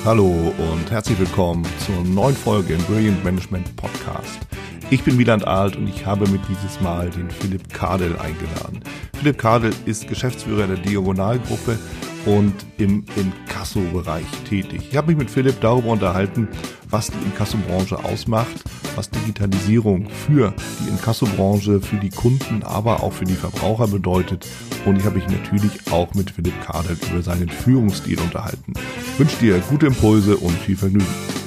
Hallo und herzlich willkommen zur neuen Folge im Brilliant Management Podcast. Ich bin Wieland Alt und ich habe mit dieses Mal den Philipp Kardel eingeladen. Philipp Kardel ist Geschäftsführer der Diagonalgruppe und im Inkasso-Bereich tätig. Ich habe mich mit Philipp darüber unterhalten, was die Inkasso-Branche ausmacht, was Digitalisierung für die Inkasso-Branche, für die Kunden, aber auch für die Verbraucher bedeutet. Und ich habe mich natürlich auch mit Philipp Kardel über seinen Führungsstil unterhalten. Ich wünsche dir gute Impulse und viel Vergnügen.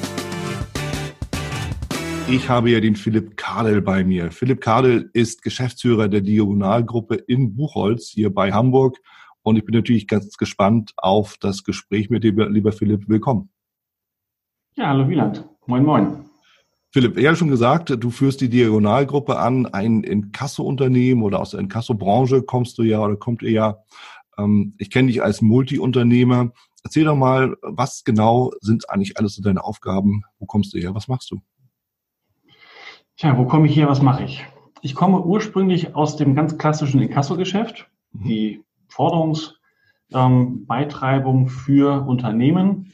Ich habe ja den Philipp Kardel bei mir. Philipp Kardel ist Geschäftsführer der Diagonalgruppe in Buchholz hier bei Hamburg. Und ich bin natürlich ganz gespannt auf das Gespräch mit dir, lieber Philipp. Willkommen. Ja, hallo Wieland. Moin, moin. Philipp, ich habe schon gesagt, du führst die Diagonalgruppe an, ein Inkasso-Unternehmen oder aus der Inkasso-Branche kommst du ja oder kommt ihr ja. Ich kenne dich als Multi-Unternehmer. Erzähl doch mal, was genau sind eigentlich alles so deine Aufgaben? Wo kommst du her? Was machst du? Tja, wo komme ich her? Was mache ich? Ich komme ursprünglich aus dem ganz klassischen Inkasso-Geschäft. Die Forderungsbeitreibung für Unternehmen.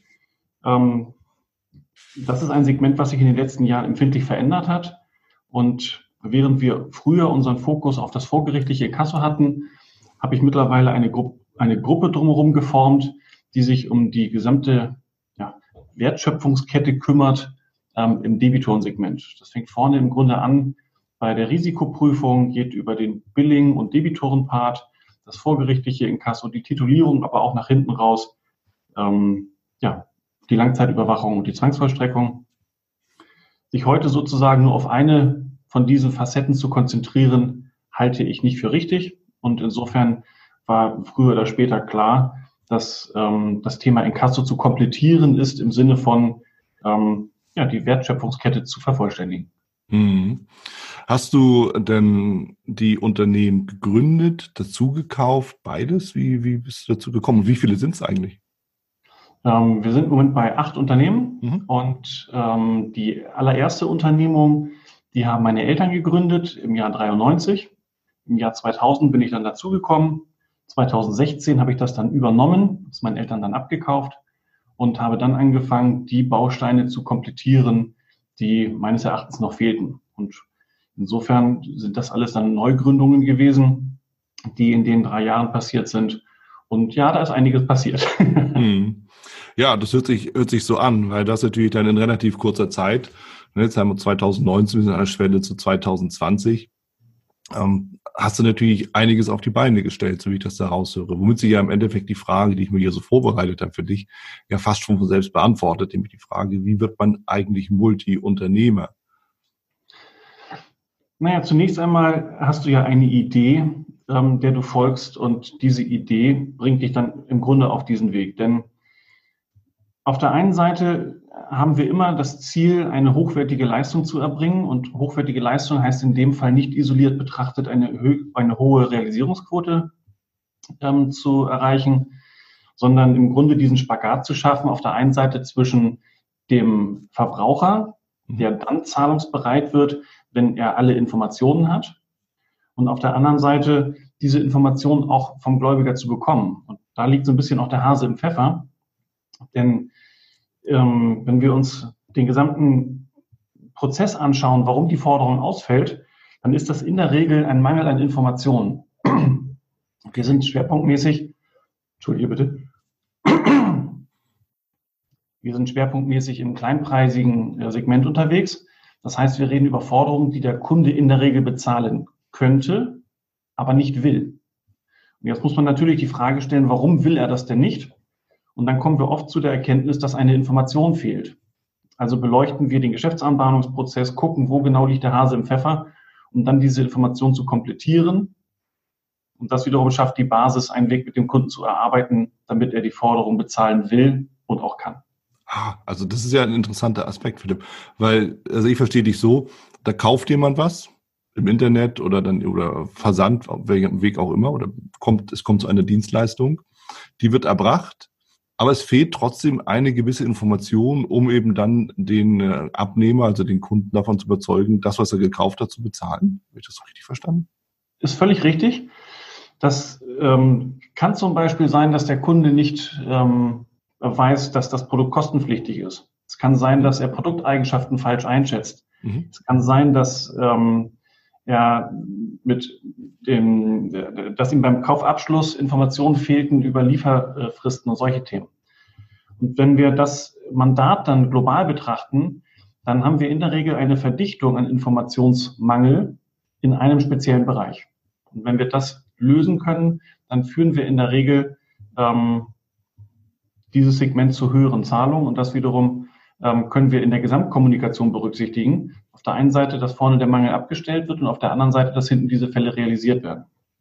Das ist ein Segment, was sich in den letzten Jahren empfindlich verändert hat. Und während wir früher unseren Fokus auf das vorgerichtliche Inkasso hatten, habe ich mittlerweile eine Gruppe drumherum geformt, die sich um die gesamte Wertschöpfungskette kümmert im Debitorensegment. Das fängt vorne im Grunde an bei der Risikoprüfung, geht über den Billing- und Debitorenpart, das vorgerichtliche Inkasso, die Titulierung, aber auch nach hinten raus, die Langzeitüberwachung und die Zwangsvollstreckung. Sich heute sozusagen nur auf eine von diesen Facetten zu konzentrieren, halte ich nicht für richtig. Und insofern war früher oder später klar, dass das Thema Inkasso zu komplettieren ist im Sinne von die Wertschöpfungskette zu vervollständigen. Mhm. Hast du denn die Unternehmen gegründet, dazu gekauft, beides? Wie bist du dazu gekommen? Und wie viele sind es eigentlich? Wir sind im Moment bei 8 Unternehmen und die allererste Unternehmung, die haben meine Eltern gegründet im Jahr 93. Im Jahr 2000 bin ich dann dazugekommen. 2016 habe ich das dann übernommen, das meinen Eltern dann abgekauft und habe dann angefangen, die Bausteine zu komplettieren, die meines Erachtens noch fehlten. Und insofern sind das alles dann Neugründungen gewesen, die in den 3 Jahren passiert sind. Und ja, da ist einiges passiert. Ja, das hört sich so an, weil das natürlich dann in relativ kurzer Zeit, jetzt haben wir 2019, wir sind an der Schwelle zu 2020, hast du natürlich einiges auf die Beine gestellt, so wie ich das da raushöre. Womit sich ja im Endeffekt die Frage, die ich mir hier so vorbereitet habe für dich, ja fast schon von selbst beantwortet, nämlich die Frage, wie wird man eigentlich Multi-Unternehmer? Naja, zunächst einmal hast du ja eine Idee, der du folgst, und diese Idee bringt dich dann im Grunde auf diesen Weg. Denn auf der einen Seite haben wir immer das Ziel, eine hochwertige Leistung zu erbringen, und hochwertige Leistung heißt in dem Fall nicht isoliert betrachtet eine hohe Realisierungsquote zu erreichen, sondern im Grunde diesen Spagat zu schaffen, auf der einen Seite zwischen dem Verbraucher, der dann zahlungsbereit wird, wenn er alle Informationen hat, und auf der anderen Seite diese Informationen auch vom Gläubiger zu bekommen. Und da liegt so ein bisschen auch der Hase im Pfeffer, denn wenn wir uns den gesamten Prozess anschauen, warum die Forderung ausfällt, dann ist das in der Regel ein Mangel an Informationen. Wir sind schwerpunktmäßig im kleinpreisigen Segment unterwegs. Das heißt, wir reden über Forderungen, die der Kunde in der Regel bezahlen könnte, aber nicht will. Und jetzt muss man natürlich die Frage stellen, warum will er das denn nicht? Und dann kommen wir oft zu der Erkenntnis, dass eine Information fehlt. Also beleuchten wir den Geschäftsanbahnungsprozess, gucken, wo genau liegt der Hase im Pfeffer, um dann diese Information zu komplettieren. Und das wiederum schafft die Basis, einen Weg mit dem Kunden zu erarbeiten, damit er die Forderung bezahlen will und auch kann. Also das ist ja ein interessanter Aspekt, Philipp, weil, also ich verstehe dich so, da kauft jemand was im Internet oder Versand, auf welchem Weg auch immer, oder es kommt zu einer Dienstleistung, die wird erbracht, aber es fehlt trotzdem eine gewisse Information, um eben dann den Abnehmer, also den Kunden davon zu überzeugen, das, was er gekauft hat, zu bezahlen. Habe ich das richtig verstanden? Ist völlig richtig. Das kann zum Beispiel sein, dass der Kunde nicht weiß, dass das Produkt kostenpflichtig ist. Es kann sein, dass er Produkteigenschaften falsch einschätzt. Es kann sein, dass dass ihm beim Kaufabschluss Informationen fehlten über Lieferfristen und solche Themen. Und wenn wir das Mandat dann global betrachten, dann haben wir in der Regel eine Verdichtung an Informationsmangel in einem speziellen Bereich. Und wenn wir das lösen können, dann führen wir in der Regel dieses Segment zu höheren Zahlungen und das wiederum können wir in der Gesamtkommunikation berücksichtigen. Auf der einen Seite, dass vorne der Mangel abgestellt wird und auf der anderen Seite, dass hinten diese Fälle realisiert werden.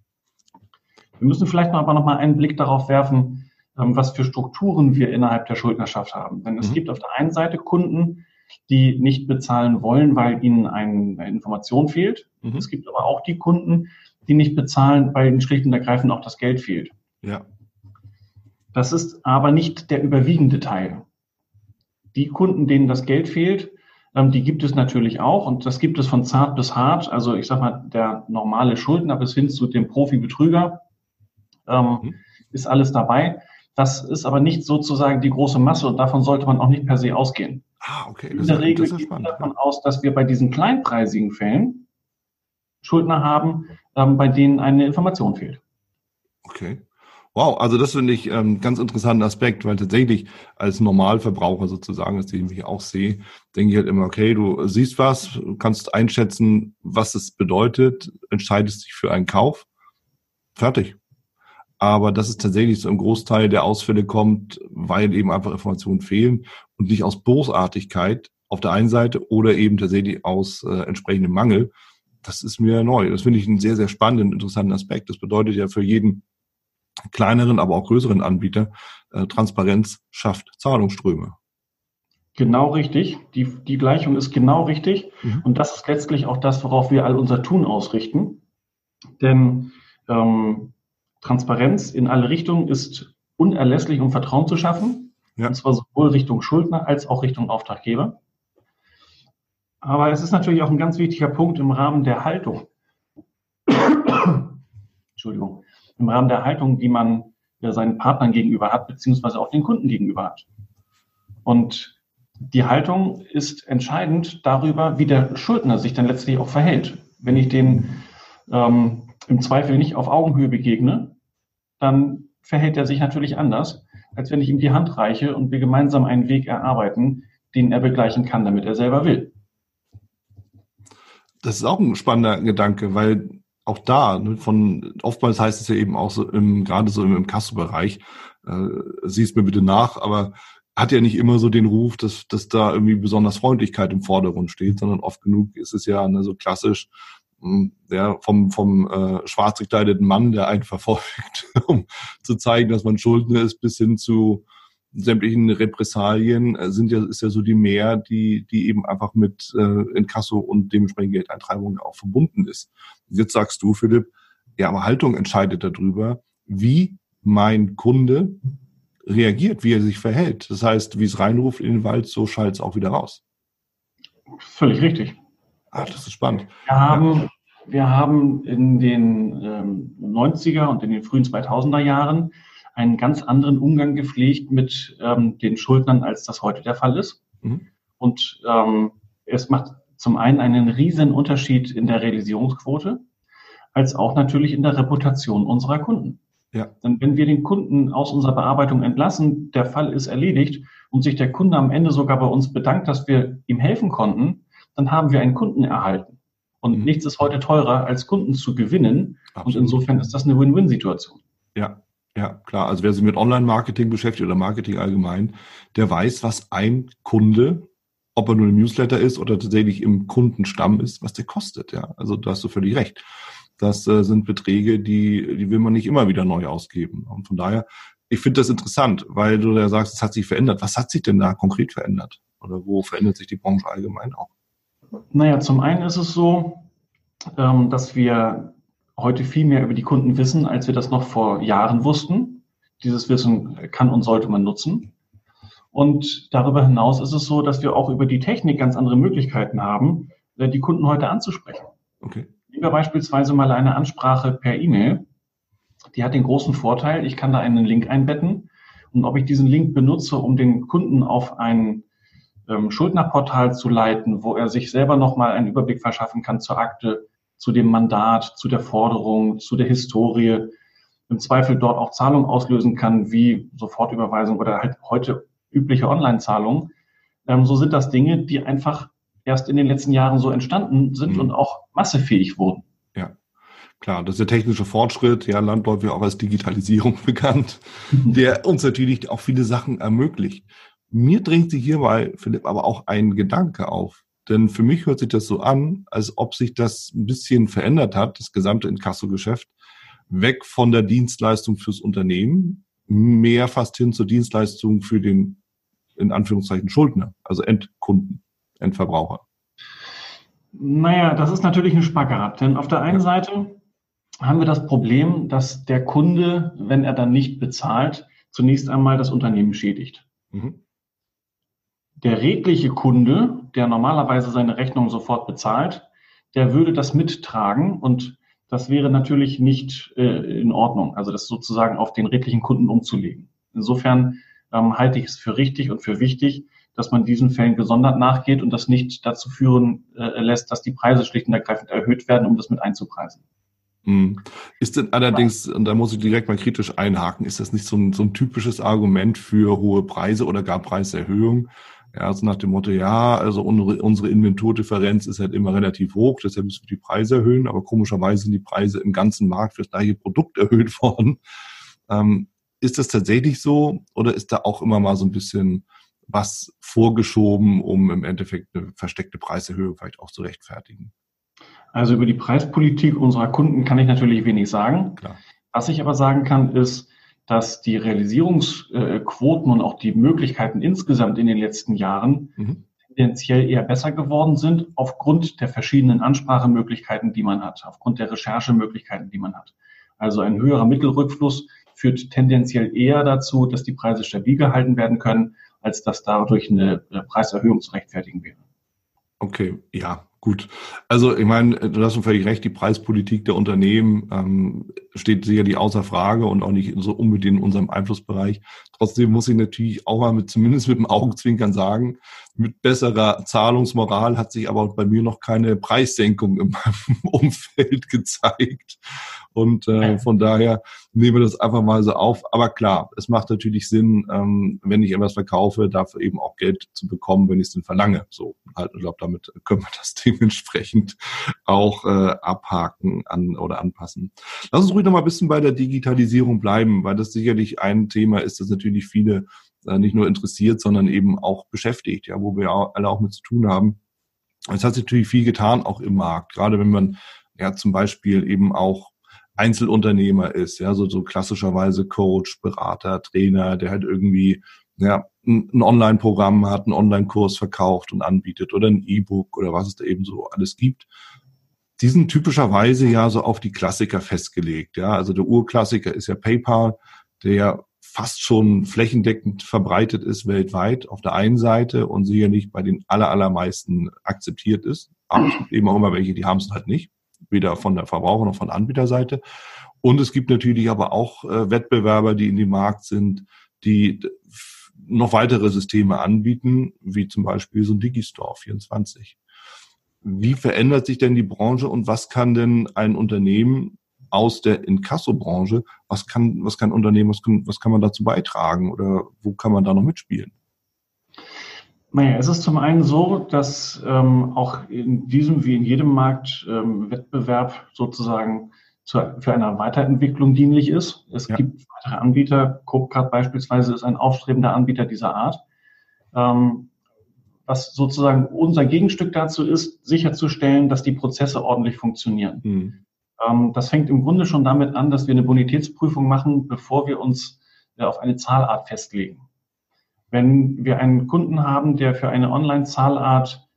Wir müssen vielleicht aber noch mal einen Blick darauf werfen, was für Strukturen wir innerhalb der Schuldnerschaft haben. Denn es gibt auf der einen Seite Kunden, die nicht bezahlen wollen, weil ihnen eine Information fehlt. Es gibt aber auch die Kunden, die nicht bezahlen, weil ihnen schlicht und ergreifend auch das Geld fehlt. Ja. Das ist aber nicht der überwiegende Teil. Die Kunden, denen das Geld fehlt, die gibt es natürlich auch und das gibt es von zart bis hart. Also ich sag mal, der normale Schuldner bis hin zu dem Profi-Betrüger ist alles dabei. Das ist aber nicht sozusagen die große Masse und davon sollte man auch nicht per se ausgehen. Okay. In der Regel geht man davon aus, dass wir bei diesen kleinpreisigen Fällen Schuldner haben, bei denen eine Information fehlt. Okay. Wow, also das finde ich ganz interessanten Aspekt, weil tatsächlich als Normalverbraucher sozusagen, das den ich auch sehe, denke ich halt immer, okay, du siehst was, kannst einschätzen, was es bedeutet, entscheidest dich für einen Kauf, fertig. Aber dass es tatsächlich so im Großteil der Ausfälle kommt, weil eben einfach Informationen fehlen und nicht aus Bosartigkeit auf der einen Seite oder eben tatsächlich aus entsprechendem Mangel, das ist mir neu. Das finde ich einen sehr, sehr spannenden, interessanten Aspekt. Das bedeutet ja für jeden kleineren, aber auch größeren Anbieter, Transparenz schafft Zahlungsströme. Genau richtig. Die Gleichung ist genau richtig. Und das ist letztlich auch das, worauf wir all unser Tun ausrichten. Denn Transparenz in alle Richtungen ist unerlässlich, um Vertrauen zu schaffen. Ja. Und zwar sowohl Richtung Schuldner als auch Richtung Auftraggeber. Aber es ist natürlich auch ein ganz wichtiger Punkt im Rahmen der Haltung. Entschuldigung. Im Rahmen der Haltung, die man seinen Partnern gegenüber hat, beziehungsweise auch den Kunden gegenüber hat. Und die Haltung ist entscheidend darüber, wie der Schuldner sich dann letztlich auch verhält. Wenn ich den im Zweifel nicht auf Augenhöhe begegne, dann verhält er sich natürlich anders, als wenn ich ihm die Hand reiche und wir gemeinsam einen Weg erarbeiten, den er begleichen kann, damit er selber will. Das ist auch ein spannender Gedanke, weil auch da, oftmals heißt es ja eben auch so gerade so im Kassobereich, sieh es mir bitte nach, aber hat ja nicht immer so den Ruf, dass da irgendwie besonders Freundlichkeit im Vordergrund steht, sondern oft genug ist es ja so klassisch, ja, vom schwarz gekleideten Mann, der einen verfolgt, um zu zeigen, dass man Schuldner ist, bis hin zu sämtlichen Repressalien ist ja so die Mehr, die eben einfach mit Inkasso und dementsprechend Geldeintreibung auch verbunden ist. Jetzt sagst du, Philipp, ja, aber Haltung entscheidet darüber, wie mein Kunde reagiert, wie er sich verhält. Das heißt, wie es reinruft in den Wald, so schallt es auch wieder raus. Völlig richtig. Ach, das ist spannend. Wir haben in den 90er und in den frühen 2000er Jahren einen ganz anderen Umgang gepflegt mit den Schuldnern, als das heute der Fall ist. Und es macht zum einen einen riesen Unterschied in der Realisierungsquote, als auch natürlich in der Reputation unserer Kunden. Ja. Denn wenn wir den Kunden aus unserer Bearbeitung entlassen, der Fall ist erledigt und sich der Kunde am Ende sogar bei uns bedankt, dass wir ihm helfen konnten, dann haben wir einen Kunden erhalten. Und nichts ist heute teurer, als Kunden zu gewinnen. Absolut. Und insofern ist das eine Win-Win-Situation. Ja. Ja, klar. Also wer sich mit Online-Marketing beschäftigt oder Marketing allgemein, der weiß, was ein Kunde, ob er nur im Newsletter ist oder tatsächlich im Kundenstamm ist, was der kostet. Ja, also da hast du völlig recht. Das sind Beträge, die will man nicht immer wieder neu ausgeben. Und von daher, ich finde das interessant, weil du ja sagst, es hat sich verändert. Was hat sich denn da konkret verändert? Oder wo verändert sich die Branche allgemein auch? Naja, zum einen ist es so, dass wir heute viel mehr über die Kunden wissen, als wir das noch vor Jahren wussten. Dieses Wissen kann und sollte man nutzen. Und darüber hinaus ist es so, dass wir auch über die Technik ganz andere Möglichkeiten haben, die Kunden heute anzusprechen. Okay. Nehmen wir beispielsweise mal eine Ansprache per E-Mail. Die hat den großen Vorteil, ich kann da einen Link einbetten und ob ich diesen Link benutze, um den Kunden auf ein Schuldnerportal zu leiten, wo er sich selber nochmal einen Überblick verschaffen kann zur Akte, zu dem Mandat, zu der Forderung, zu der Historie, im Zweifel dort auch Zahlungen auslösen kann, wie Sofortüberweisung oder halt heute übliche Online-Zahlungen. So sind das Dinge, die einfach erst in den letzten Jahren so entstanden sind und auch massefähig wurden. Ja, klar, das ist der technische Fortschritt, ja, landläufig auch als Digitalisierung bekannt, der uns natürlich auch viele Sachen ermöglicht. Mir drängt sich hierbei, Philipp, aber auch ein Gedanke auf. Denn für mich hört sich das so an, als ob sich das ein bisschen verändert hat, das gesamte Inkasso-Geschäft, weg von der Dienstleistung fürs Unternehmen, mehr fast hin zur Dienstleistung für den, in Anführungszeichen, Schuldner, also Endkunden, Endverbraucher. Naja, das ist natürlich ein Spagat, denn auf der einen Seite haben wir das Problem, dass der Kunde, wenn er dann nicht bezahlt, zunächst einmal das Unternehmen schädigt. Der redliche Kunde, der normalerweise seine Rechnung sofort bezahlt, der würde das mittragen und das wäre natürlich nicht in Ordnung, also das sozusagen auf den redlichen Kunden umzulegen. Insofern halte ich es für richtig und für wichtig, dass man diesen Fällen gesondert nachgeht und das nicht dazu führen lässt, dass die Preise schlicht und ergreifend erhöht werden, um das mit einzupreisen. Ist denn allerdings, und da muss ich direkt mal kritisch einhaken, ist das nicht so ein typisches Argument für hohe Preise oder gar Preiserhöhung? Ja, also nach dem Motto, ja, also unsere Inventurdifferenz ist halt immer relativ hoch, deshalb müssen wir die Preise erhöhen, aber komischerweise sind die Preise im ganzen Markt für das gleiche Produkt erhöht worden. Ist das tatsächlich so oder ist da auch immer mal so ein bisschen was vorgeschoben, um im Endeffekt eine versteckte Preiserhöhung vielleicht auch zu rechtfertigen? Also über die Preispolitik unserer Kunden kann ich natürlich wenig sagen. Klar. Was ich aber sagen kann, ist, dass die Realisierungsquoten und auch die Möglichkeiten insgesamt in den letzten Jahren tendenziell eher besser geworden sind, aufgrund der verschiedenen Ansprachemöglichkeiten, die man hat, aufgrund der Recherchemöglichkeiten, die man hat. Also ein höherer Mittelrückfluss führt tendenziell eher dazu, dass die Preise stabil gehalten werden können, als dass dadurch eine Preiserhöhung zu rechtfertigen wäre. Okay, ja, gut. Also ich meine, du hast völlig recht, die Preispolitik der Unternehmen steht sicherlich außer Frage und auch nicht so unbedingt in unserem Einflussbereich. Trotzdem muss ich natürlich auch mal zumindest mit dem Augenzwinkern sagen, mit besserer Zahlungsmoral hat sich aber bei mir noch keine Preissenkung in meinem Umfeld gezeigt. Und von daher nehmen wir das einfach mal so auf. Aber klar, es macht natürlich Sinn, wenn ich etwas verkaufe, dafür eben auch Geld zu bekommen, wenn ich es denn verlange. So, halt, ich glaube, damit können wir das dementsprechend auch abhaken oder anpassen. Lass uns ruhig noch mal ein bisschen bei der Digitalisierung bleiben, weil das sicherlich ein Thema ist, das natürlich viele nicht nur interessiert, sondern eben auch beschäftigt, ja, wo wir alle auch mit zu tun haben. Es hat sich natürlich viel getan, auch im Markt, gerade wenn man ja zum Beispiel eben auch Einzelunternehmer ist, ja, so klassischerweise Coach, Berater, Trainer, der halt irgendwie ja ein Online-Programm hat, einen Online-Kurs verkauft und anbietet oder ein E-Book oder was es da eben so alles gibt. Die sind typischerweise ja so auf die Klassiker festgelegt, ja, also der Urklassiker ist ja PayPal, der ja fast schon flächendeckend verbreitet ist weltweit auf der einen Seite und sicherlich bei den allermeisten akzeptiert ist. Aber es gibt eben auch immer welche, die haben es halt nicht, weder von der Verbraucher noch von der Anbieterseite. Und es gibt natürlich aber auch Wettbewerber, die in dem Markt sind, die noch weitere Systeme anbieten, wie zum Beispiel so ein Digistore24. Wie verändert sich denn die Branche und was kann denn ein Unternehmen aus der Inkasso-Branche, was kann Unternehmen, was kann man dazu beitragen oder wo kann man da noch mitspielen? Naja, es ist zum einen so, dass auch in diesem wie in jedem Markt Wettbewerb sozusagen für eine Weiterentwicklung dienlich ist. Es gibt weitere Anbieter, Copecard beispielsweise ist ein aufstrebender Anbieter dieser Art. Was sozusagen unser Gegenstück dazu ist, sicherzustellen, dass die Prozesse ordentlich funktionieren. Das fängt im Grunde schon damit an, dass wir eine Bonitätsprüfung machen, bevor wir uns auf eine Zahlart festlegen. Wenn wir einen Kunden haben, der für eine Online-Zahlart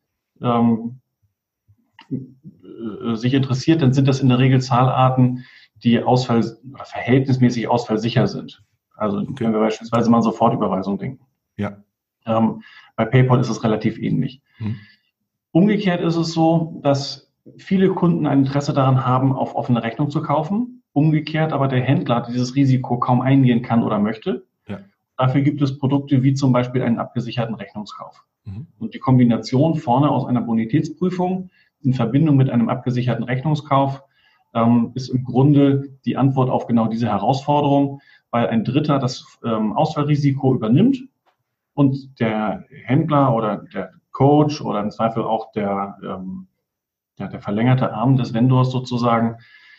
sich interessiert, dann sind das in der Regel Zahlarten, die verhältnismäßig ausfallsicher sind. Also wenn wir beispielsweise mal an Sofortüberweisung denken. Ja. Bei PayPal ist es relativ ähnlich. Umgekehrt ist es so, dass viele Kunden ein Interesse daran haben, auf offene Rechnung zu kaufen. Umgekehrt aber der Händler dieses Risiko kaum eingehen kann oder möchte. Ja. Dafür gibt es Produkte wie zum Beispiel einen abgesicherten Rechnungskauf. Und die Kombination vorne aus einer Bonitätsprüfung in Verbindung mit einem abgesicherten Rechnungskauf ist im Grunde die Antwort auf genau diese Herausforderung, weil ein Dritter das Ausfallrisiko übernimmt und der Händler oder der Coach oder im Zweifel auch der verlängerte Arm des Vendors sozusagen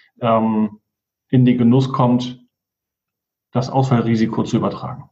in den Genuss kommt, das Ausfallrisiko zu übertragen.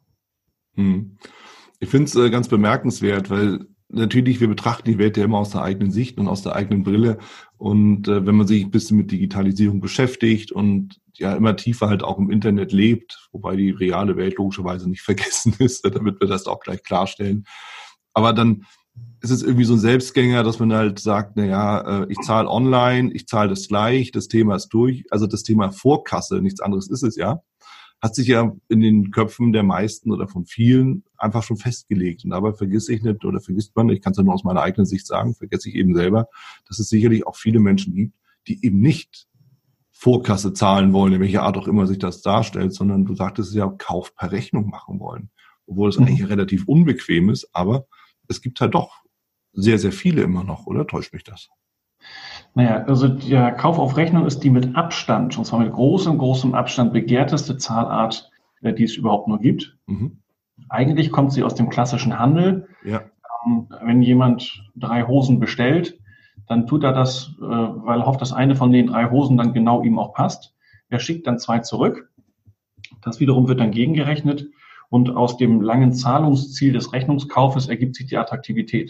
Ich finde es ganz bemerkenswert, weil natürlich, wir betrachten die Welt ja immer aus der eigenen Sicht und aus der eigenen Brille. Und wenn man sich ein bisschen mit Digitalisierung beschäftigt und ja immer tiefer halt auch im Internet lebt, wobei die reale Welt logischerweise nicht vergessen ist, damit wir das auch gleich klarstellen. Aber dann ist es irgendwie so ein Selbstgänger, dass man halt sagt, ich zahle online, ich zahle das gleich, das Thema ist durch. Also das Thema Vorkasse, nichts anderes ist es ja, hat sich ja in den Köpfen der meisten oder von vielen einfach schon festgelegt. Und dabei vergisst man, ich kann es ja nur aus meiner eigenen Sicht sagen, vergesse ich eben selber, dass es sicherlich auch viele Menschen gibt, die eben nicht Vorkasse zahlen wollen, in welcher Art auch immer sich das darstellt, sondern du sagtest ja, Kauf per Rechnung machen wollen. Obwohl es eigentlich relativ unbequem ist, aber es gibt halt doch sehr, sehr viele immer noch, oder täuscht mich das? Naja, also der Kauf auf Rechnung ist die mit Abstand, und zwar mit großem Abstand begehrteste Zahlart, die es überhaupt nur gibt. Eigentlich kommt sie aus dem klassischen Handel. Ja. Wenn jemand 3 Hosen bestellt, dann tut er das, weil er hofft, dass eine von den 3 Hosen dann genau ihm auch passt. Er schickt dann 2 zurück. Das wiederum wird dann gegengerechnet. Und aus dem langen Zahlungsziel des Rechnungskaufes ergibt sich die Attraktivität.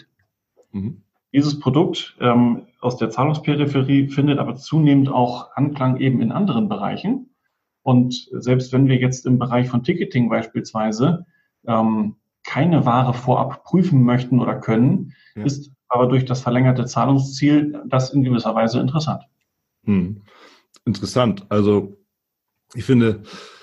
Dieses Produkt aus der Zahlungsperipherie findet aber zunehmend auch Anklang eben in anderen Bereichen. Und selbst wenn wir jetzt im Bereich von Ticketing beispielsweise keine Ware vorab prüfen möchten oder können, ist aber durch das verlängerte Zahlungsziel das in gewisser Weise interessant. Interessant. Also ich finde,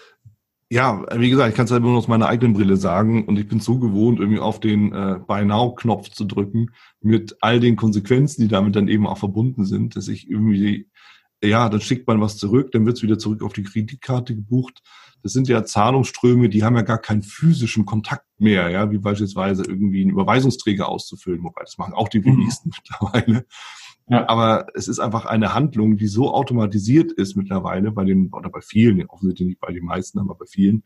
ja, wie gesagt, ich kann es halt nur aus meiner eigenen Brille sagen und ich bin so gewohnt, irgendwie auf den Buy Now-Knopf zu drücken mit all den Konsequenzen, die damit dann eben auch verbunden sind, dass ich irgendwie, dann schickt man was zurück, dann wird es wieder zurück auf die Kreditkarte gebucht. Das sind ja Zahlungsströme, die haben ja gar keinen physischen Kontakt mehr, ja, wie beispielsweise irgendwie einen Überweisungsträger auszufüllen, wobei das machen auch die wenigsten mittlerweile. Ja. Aber es ist einfach eine Handlung, die so automatisiert ist mittlerweile bei vielen, offensichtlich nicht bei den meisten, aber bei vielen,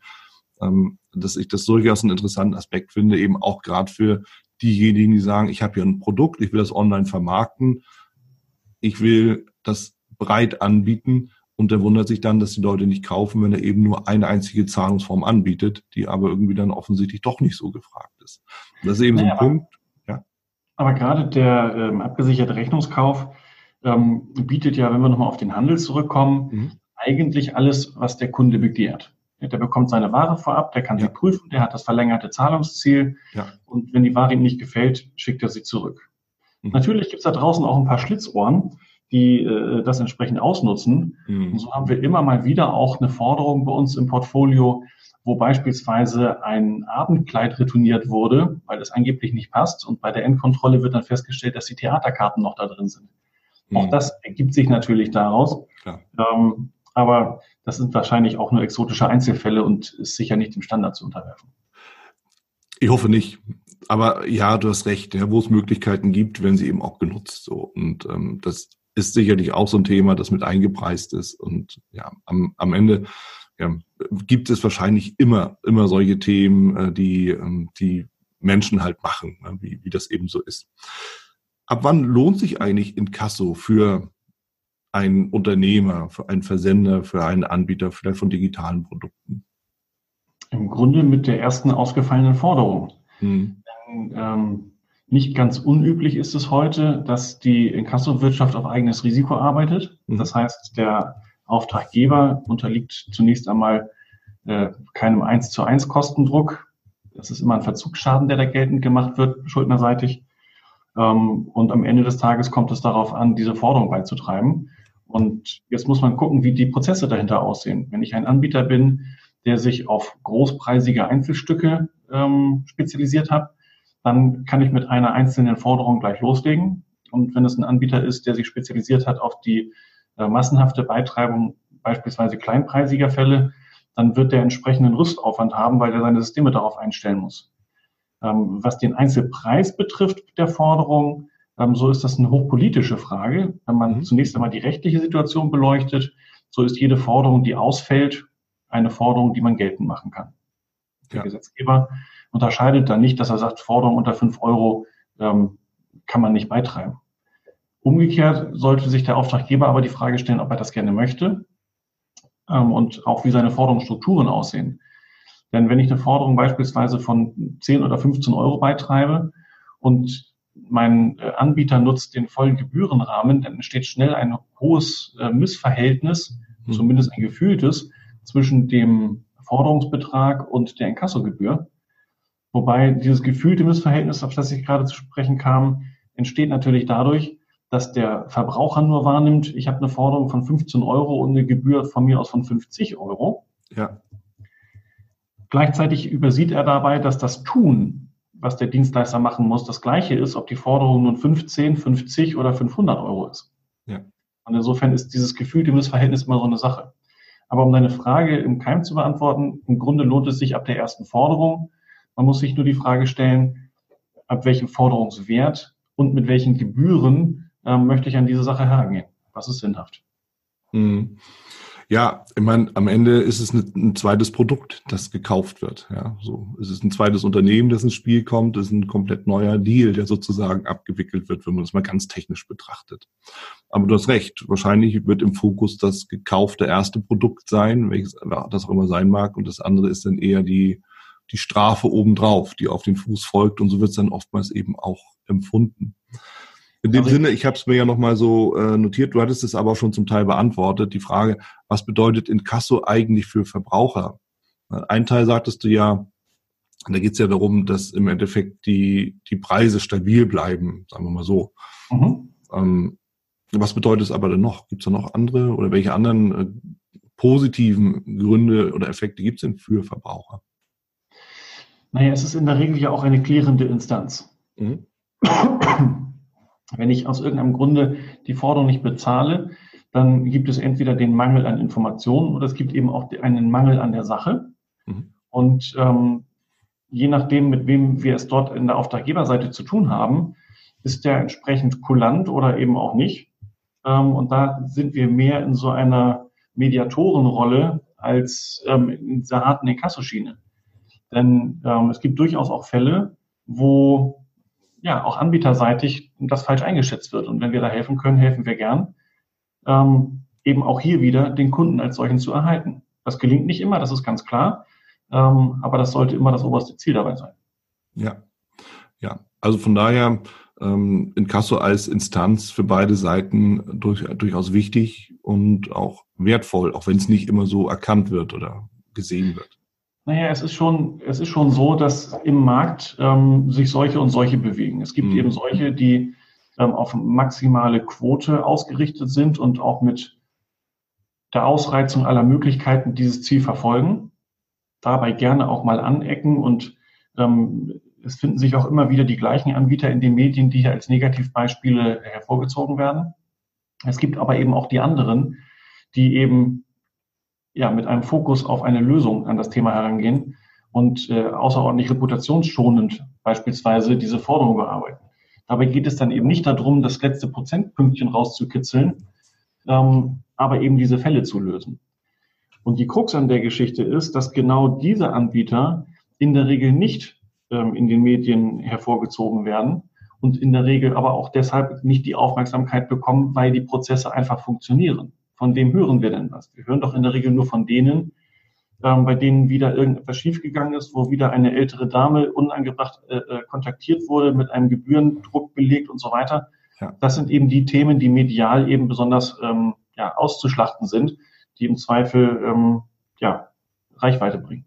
dass ich das durchaus einen interessanten Aspekt finde, eben auch gerade für diejenigen, die sagen, ich habe hier ein Produkt, ich will das online vermarkten, ich will das breit anbieten und der wundert sich dann, dass die Leute nicht kaufen, wenn er eben nur eine einzige Zahlungsform anbietet, die aber irgendwie dann offensichtlich doch nicht so gefragt ist. Und das ist eben so ein Punkt. Aber gerade der abgesicherte Rechnungskauf bietet ja, wenn wir nochmal auf den Handel zurückkommen, eigentlich alles, was der Kunde begehrt. Der bekommt seine Ware vorab, der kann sie prüfen, der hat das verlängerte Zahlungsziel und wenn die Ware ihm nicht gefällt, schickt er sie zurück. Natürlich gibt es da draußen auch ein paar Schlitzohren, die das entsprechend ausnutzen. Und so haben wir immer mal wieder auch eine Forderung bei uns im Portfolio, wo beispielsweise ein Abendkleid retourniert wurde, weil es angeblich nicht passt. Und bei der Endkontrolle wird dann festgestellt, dass die Theaterkarten noch da drin sind. Auch das ergibt sich natürlich daraus. Aber das sind wahrscheinlich auch nur exotische Einzelfälle und ist sicher nicht dem Standard zu unterwerfen. Ich hoffe nicht. Aber ja, du hast recht. Ja, wo es Möglichkeiten gibt, werden sie eben auch genutzt. So. Und das ist sicherlich auch so ein Thema, das mit eingepreist ist. Und ja, am Ende gibt es wahrscheinlich immer solche Themen, die Menschen halt machen, wie das eben so ist. Ab wann lohnt sich eigentlich Inkasso für einen Unternehmer, für einen Versender, für einen Anbieter vielleicht von digitalen Produkten? Im Grunde mit der ersten ausgefallenen Forderung. Nicht ganz unüblich ist es heute, dass die Inkassowirtschaft auf eigenes Risiko arbeitet. Das heißt, der Auftraggeber unterliegt zunächst einmal keinem 1:1 Kostendruck. Das ist immer ein Verzugsschaden, der da geltend gemacht wird, schuldnerseitig. Und am Ende des Tages kommt es darauf an, diese Forderung beizutreiben. Und jetzt muss man gucken, wie die Prozesse dahinter aussehen. Wenn ich ein Anbieter bin, der sich auf großpreisige Einzelstücke spezialisiert hat, dann kann ich mit einer einzelnen Forderung gleich loslegen. Und wenn es ein Anbieter ist, der sich spezialisiert hat auf die massenhafte Beitreibung beispielsweise kleinpreisiger Fälle, dann wird der entsprechenden Rüstaufwand haben, weil er seine Systeme darauf einstellen muss. Was den Einzelpreis betrifft der Forderung, so ist das eine hochpolitische Frage. Wenn man zunächst einmal die rechtliche Situation beleuchtet, so ist jede Forderung, die ausfällt, eine Forderung, die man geltend machen kann. Der Gesetzgeber unterscheidet dann nicht, dass er sagt, Forderung unter 5 Euro kann man nicht beitreiben. Umgekehrt sollte sich der Auftraggeber aber die Frage stellen, ob er das gerne möchte und auch wie seine Forderungsstrukturen aussehen. Denn wenn ich eine Forderung beispielsweise von 10 oder 15 Euro beitreibe und mein Anbieter nutzt den vollen Gebührenrahmen, dann entsteht schnell ein hohes Missverhältnis, zumindest ein gefühltes, zwischen dem Forderungsbetrag und der Inkassogebühr. Wobei dieses gefühlte Missverhältnis, auf das ich gerade zu sprechen kam, entsteht natürlich dadurch, dass der Verbraucher nur wahrnimmt, ich habe eine Forderung von 15 Euro und eine Gebühr von mir aus von 50 Euro. Ja. Gleichzeitig übersieht er dabei, dass das Tun, was der Dienstleister machen muss, das Gleiche ist, ob die Forderung nun 15, 50 oder 500 Euro ist. Ja. Und insofern ist dieses gefühlte Missverhältnis immer so eine Sache. Aber um deine Frage im Keim zu beantworten, im Grunde lohnt es sich ab der ersten Forderung. Man muss sich nur die Frage stellen, ab welchem Forderungswert und mit welchen Gebühren möchte ich an diese Sache herangehen. Was ist sinnhaft? Ja, ich meine, am Ende ist es ein zweites Produkt, das gekauft wird. Ja, so. Es ist ein zweites Unternehmen, das ins Spiel kommt. Es ist ein komplett neuer Deal, der sozusagen abgewickelt wird, wenn man das mal ganz technisch betrachtet. Aber du hast recht. Wahrscheinlich wird im Fokus das gekaufte erste Produkt sein, welches das auch immer sein mag. Und das andere ist dann eher die Strafe obendrauf, die auf den Fuß folgt. Und so wird es dann oftmals eben auch empfunden. In dem Sinne, ich habe es mir ja nochmal so notiert, du hattest es aber auch schon zum Teil beantwortet, die Frage, was bedeutet Inkasso eigentlich für Verbraucher? Ein Teil sagtest du ja, da geht es ja darum, dass im Endeffekt die Preise stabil bleiben, sagen wir mal so. Was bedeutet es aber denn noch? Gibt es da noch andere oder welche anderen positiven Gründe oder Effekte gibt es denn für Verbraucher? Naja, es ist in der Regel ja auch eine klärende Instanz. Wenn ich aus irgendeinem Grunde die Forderung nicht bezahle, dann gibt es entweder den Mangel an Informationen oder es gibt eben auch einen Mangel an der Sache. Und je nachdem, mit wem wir es dort in der Auftraggeberseite zu tun haben, ist der entsprechend kulant oder eben auch nicht. Und da sind wir mehr in so einer Mediatorenrolle als in dieser harten Inkassoschiene. Denn es gibt durchaus auch Fälle, wo ja auch anbieterseitig das falsch eingeschätzt wird. Und wenn wir da helfen können, helfen wir gern. Eben auch hier wieder den Kunden als solchen zu erhalten. Das gelingt nicht immer, das ist ganz klar. Aber das sollte immer das oberste Ziel dabei sein. Ja. Also von daher Inkasso als Instanz für beide Seiten durchaus wichtig und auch wertvoll, auch wenn es nicht immer so erkannt wird oder gesehen wird. Naja, es ist schon so, dass im Markt sich solche und solche bewegen. Es gibt eben solche, die auf maximale Quote ausgerichtet sind und auch mit der Ausreizung aller Möglichkeiten dieses Ziel verfolgen, dabei gerne auch mal anecken und es finden sich auch immer wieder die gleichen Anbieter in den Medien, die hier als Negativbeispiele hervorgezogen werden. Es gibt aber eben auch die anderen, die eben mit einem Fokus auf eine Lösung an das Thema herangehen und außerordentlich reputationsschonend beispielsweise diese Forderung bearbeiten. Dabei geht es dann eben nicht darum, das letzte Prozentpünktchen rauszukitzeln, aber eben diese Fälle zu lösen. Und die Krux an der Geschichte ist, dass genau diese Anbieter in der Regel nicht in den Medien hervorgezogen werden und in der Regel aber auch deshalb nicht die Aufmerksamkeit bekommen, weil die Prozesse einfach funktionieren. Von wem hören wir denn was? Wir hören doch in der Regel nur von denen, bei denen wieder irgendetwas schiefgegangen ist, wo wieder eine ältere Dame unangebracht kontaktiert wurde, mit einem Gebührendruck belegt und so weiter. Ja. Das sind eben die Themen, die medial eben besonders auszuschlachten sind, die im Zweifel Reichweite bringen.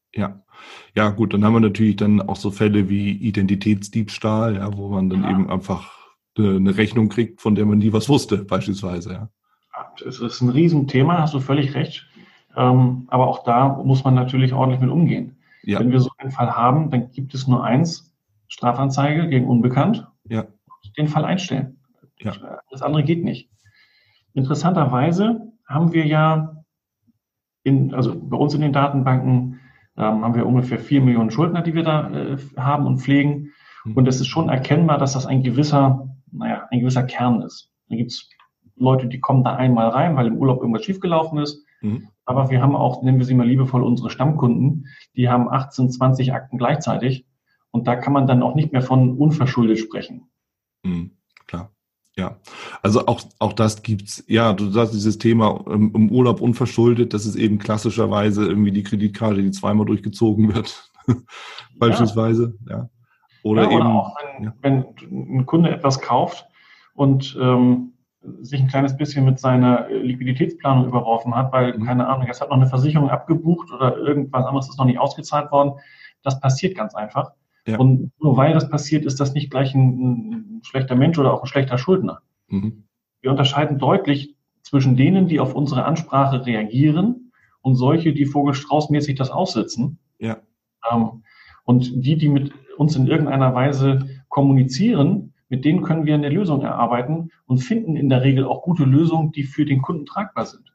Ja, gut, dann haben wir natürlich dann auch so Fälle wie Identitätsdiebstahl, ja, wo man dann eben einfach eine Rechnung kriegt, von der man nie was wusste, beispielsweise. Ja. Es ist ein Riesenthema, hast du völlig recht. Aber auch da muss man natürlich ordentlich mit umgehen. Ja. Wenn wir so einen Fall haben, dann gibt es nur eins, Strafanzeige gegen Unbekannt, den Fall einstellen. Ja. Das andere geht nicht. Interessanterweise haben wir ja also bei uns in den Datenbanken haben wir ungefähr 4 Millionen Schuldner, die wir da haben und pflegen. Und es ist schon erkennbar, dass das ein gewisser Kern ist. Da gibt es Leute, die kommen da einmal rein, weil im Urlaub irgendwas schiefgelaufen ist. Aber wir haben auch, nennen wir sie mal liebevoll, unsere Stammkunden, die haben 18, 20 Akten gleichzeitig. Und da kann man dann auch nicht mehr von unverschuldet sprechen. Klar. Ja, also auch das gibt's. Ja, du sagst dieses Thema im Urlaub unverschuldet, das ist eben klassischerweise irgendwie die Kreditkarte, die zweimal durchgezogen wird, beispielsweise. Ja. Oder eben auch wenn ein Kunde etwas kauft und sich ein kleines bisschen mit seiner Liquiditätsplanung überworfen hat, weil, keine Ahnung, es hat noch eine Versicherung abgebucht oder irgendwas anderes ist noch nicht ausgezahlt worden. Das passiert ganz einfach. Ja. Und nur weil das passiert, ist das nicht gleich ein schlechter Mensch oder auch ein schlechter Schuldner. Wir unterscheiden deutlich zwischen denen, die auf unsere Ansprache reagieren und solche, die vogelstraußmäßig das aussitzen. Ja. Und die mit uns in irgendeiner Weise kommunizieren, mit denen können wir eine Lösung erarbeiten und finden in der Regel auch gute Lösungen, die für den Kunden tragbar sind.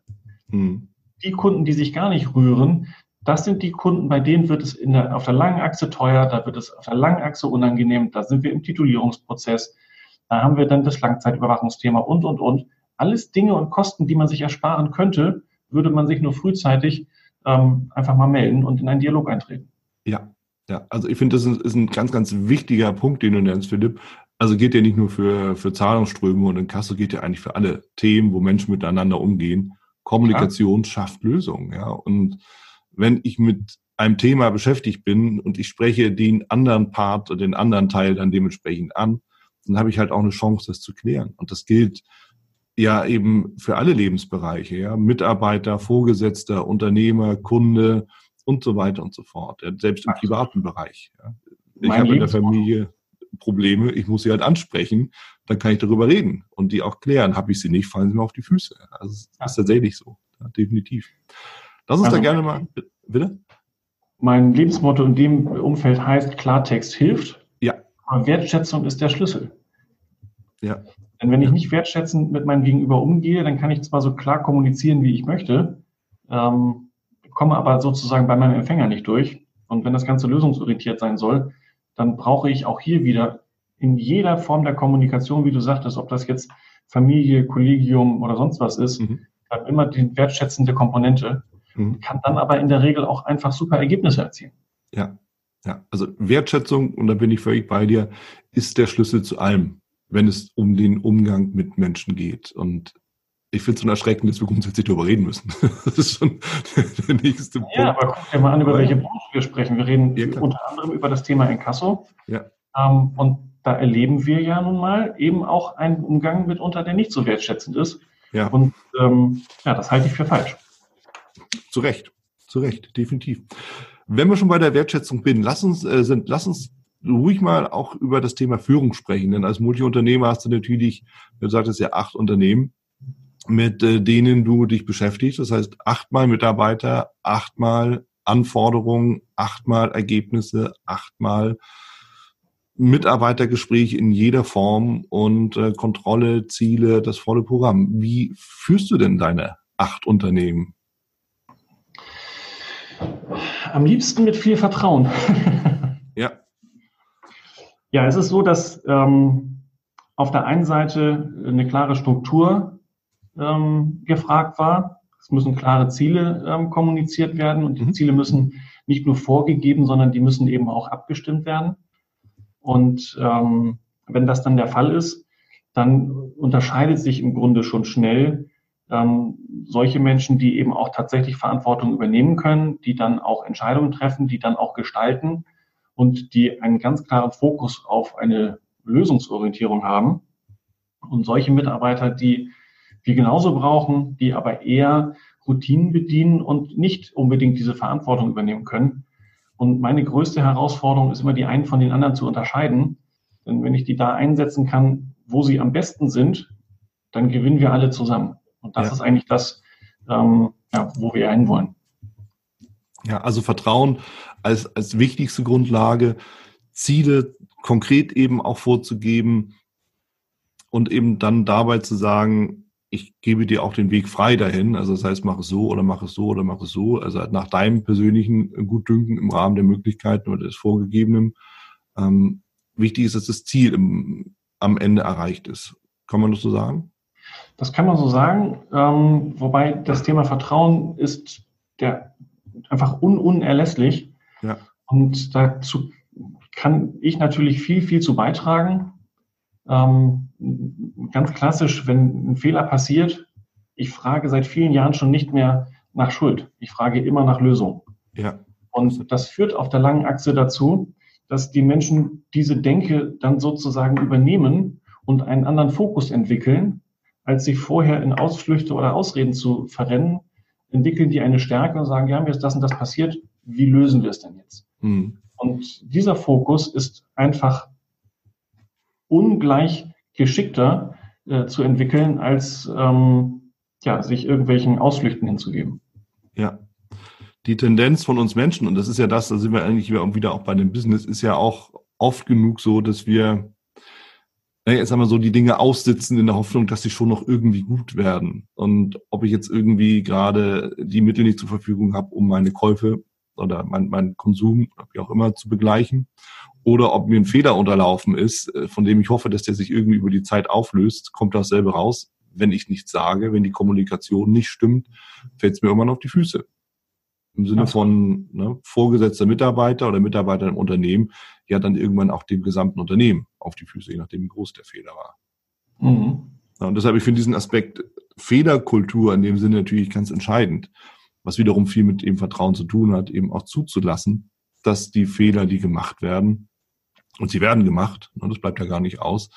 Die Kunden, die sich gar nicht rühren, das sind die Kunden, bei denen wird es auf der langen Achse teuer, da wird es auf der langen Achse unangenehm, da sind wir im Titulierungsprozess, da haben wir dann das Langzeitüberwachungsthema und. Alles Dinge und Kosten, die man sich ersparen könnte, würde man sich nur frühzeitig einfach mal melden und in einen Dialog eintreten. Ja, also ich finde, das ist ein ganz, ganz wichtiger Punkt, den du nennst, Philipp. Also geht ja nicht nur für Zahlungsströme und Inkasso, geht ja eigentlich für alle Themen, wo Menschen miteinander umgehen. Kommunikation schafft Lösungen, ja. Und wenn ich mit einem Thema beschäftigt bin und ich spreche den anderen Part oder den anderen Teil dann dementsprechend an, dann habe ich halt auch eine Chance, das zu klären. Und das gilt ja eben für alle Lebensbereiche, ja. Mitarbeiter, Vorgesetzter, Unternehmer, Kunde und so weiter und so fort. Ja. Selbst im privaten Bereich. Ja. Ich habe in der Familie Probleme, ich muss sie halt ansprechen, dann kann ich darüber reden und die auch klären. Habe ich sie nicht, fallen sie mir auf die Füße. Also das ist tatsächlich so, ja, definitiv. Lass uns da gerne mal, bitte? Mein Lebensmotto in dem Umfeld heißt, Klartext hilft, ja. Aber Wertschätzung ist der Schlüssel. Ja. Denn wenn ich nicht wertschätzend mit meinem Gegenüber umgehe, dann kann ich zwar so klar kommunizieren, wie ich möchte, komme aber sozusagen bei meinem Empfänger nicht durch. Und wenn das Ganze lösungsorientiert sein soll, dann brauche ich auch hier wieder in jeder Form der Kommunikation, wie du sagtest, ob das jetzt Familie, Kollegium oder sonst was ist, immer die wertschätzende Komponente, kann dann aber in der Regel auch einfach super Ergebnisse erzielen. Ja, also Wertschätzung, und da bin ich völlig bei dir, ist der Schlüssel zu allem, wenn es um den Umgang mit Menschen geht. Und ich finde es so erschreckend, dass wir grundsätzlich darüber reden müssen. Das ist schon der nächste Punkt. Ja, aber guck dir mal an, über welche Branche wir sprechen. Wir reden unter anderem über das Thema Inkasso. Ja. Und da erleben wir ja nun mal eben auch einen Umgang mitunter, der nicht so wertschätzend ist. Ja. Und das halte ich für falsch. Zu Recht, definitiv. Wenn wir schon bei der Wertschätzung bin, lass uns ruhig mal auch über das Thema Führung sprechen. Denn als Multiunternehmer hast du natürlich, du sagtest ja 8 Unternehmen, mit denen du dich beschäftigst. Das heißt 8-mal Mitarbeiter, 8-mal Anforderungen, 8-mal Ergebnisse, 8-mal Mitarbeitergespräch in jeder Form und Kontrolle, Ziele, das volle Programm. Wie führst du denn deine 8 Unternehmen? Am liebsten mit viel Vertrauen. Ja. Ja, es ist so, dass auf der einen Seite eine klare Struktur gefragt war. Es müssen klare Ziele kommuniziert werden und die Ziele müssen nicht nur vorgegeben, sondern die müssen eben auch abgestimmt werden. Und wenn das dann der Fall ist, dann unterscheidet sich im Grunde schon schnell solche Menschen, die eben auch tatsächlich Verantwortung übernehmen können, die dann auch Entscheidungen treffen, die dann auch gestalten und die einen ganz klaren Fokus auf eine Lösungsorientierung haben. Und solche Mitarbeiter, die wir genauso brauchen, die aber eher Routinen bedienen und nicht unbedingt diese Verantwortung übernehmen können. Und meine größte Herausforderung ist immer, die einen von den anderen zu unterscheiden. Denn wenn ich die da einsetzen kann, wo sie am besten sind, dann gewinnen wir alle zusammen. Und das ist eigentlich das, wo wir hinwollen. Ja, also Vertrauen als wichtigste Grundlage, Ziele konkret eben auch vorzugeben und eben dann dabei zu sagen, ich gebe dir auch den Weg frei dahin. Also das heißt, mach es so oder mach es so oder mach es so. Also nach deinem persönlichen Gutdünken im Rahmen der Möglichkeiten oder des Vorgegebenen. Wichtig ist, dass das Ziel am Ende erreicht ist. Kann man das so sagen? Das kann man so sagen, wobei das Thema Vertrauen ist einfach unerlässlich. Ja. Und dazu kann ich natürlich viel, viel zu beitragen. Ganz klassisch, wenn ein Fehler passiert, ich frage seit vielen Jahren schon nicht mehr nach Schuld. Ich frage immer nach Lösung. Ja. Und das führt auf der langen Achse dazu, dass die Menschen diese Denke dann sozusagen übernehmen und einen anderen Fokus entwickeln, als sich vorher in Ausflüchte oder Ausreden zu verrennen, entwickeln die eine Stärke und sagen, ja, mir ist das und das passiert, wie lösen wir es denn jetzt? Mhm. Und dieser Fokus ist einfach ungleich geschickter zu entwickeln, als sich irgendwelchen Ausflüchten hinzugeben. Ja. Die Tendenz von uns Menschen, und das ist ja das, da sind wir eigentlich wieder auch bei dem Business, ist ja auch oft genug so, dass wir jetzt einmal so die Dinge aussitzen in der Hoffnung, dass sie schon noch irgendwie gut werden. Und ob ich jetzt irgendwie gerade die Mittel nicht zur Verfügung habe, um meine Käufe oder meinen Konsum, wie auch immer, zu begleichen, oder ob mir ein Fehler unterlaufen ist, von dem ich hoffe, dass der sich irgendwie über die Zeit auflöst, kommt dasselbe raus. Wenn ich nichts sage, wenn die Kommunikation nicht stimmt, fällt es mir irgendwann auf die Füße. Im Sinne von vorgesetzter Mitarbeiter oder Mitarbeiter im Unternehmen, ja dann irgendwann auch dem gesamten Unternehmen auf die Füße, je nachdem wie groß der Fehler war. Mhm. Ja, und deshalb, ich finde diesen Aspekt Fehlerkultur in dem Sinne natürlich ganz entscheidend, was wiederum viel mit eben Vertrauen zu tun hat, eben auch zuzulassen, dass die Fehler, die gemacht werden, und sie werden gemacht, das bleibt ja gar nicht aus,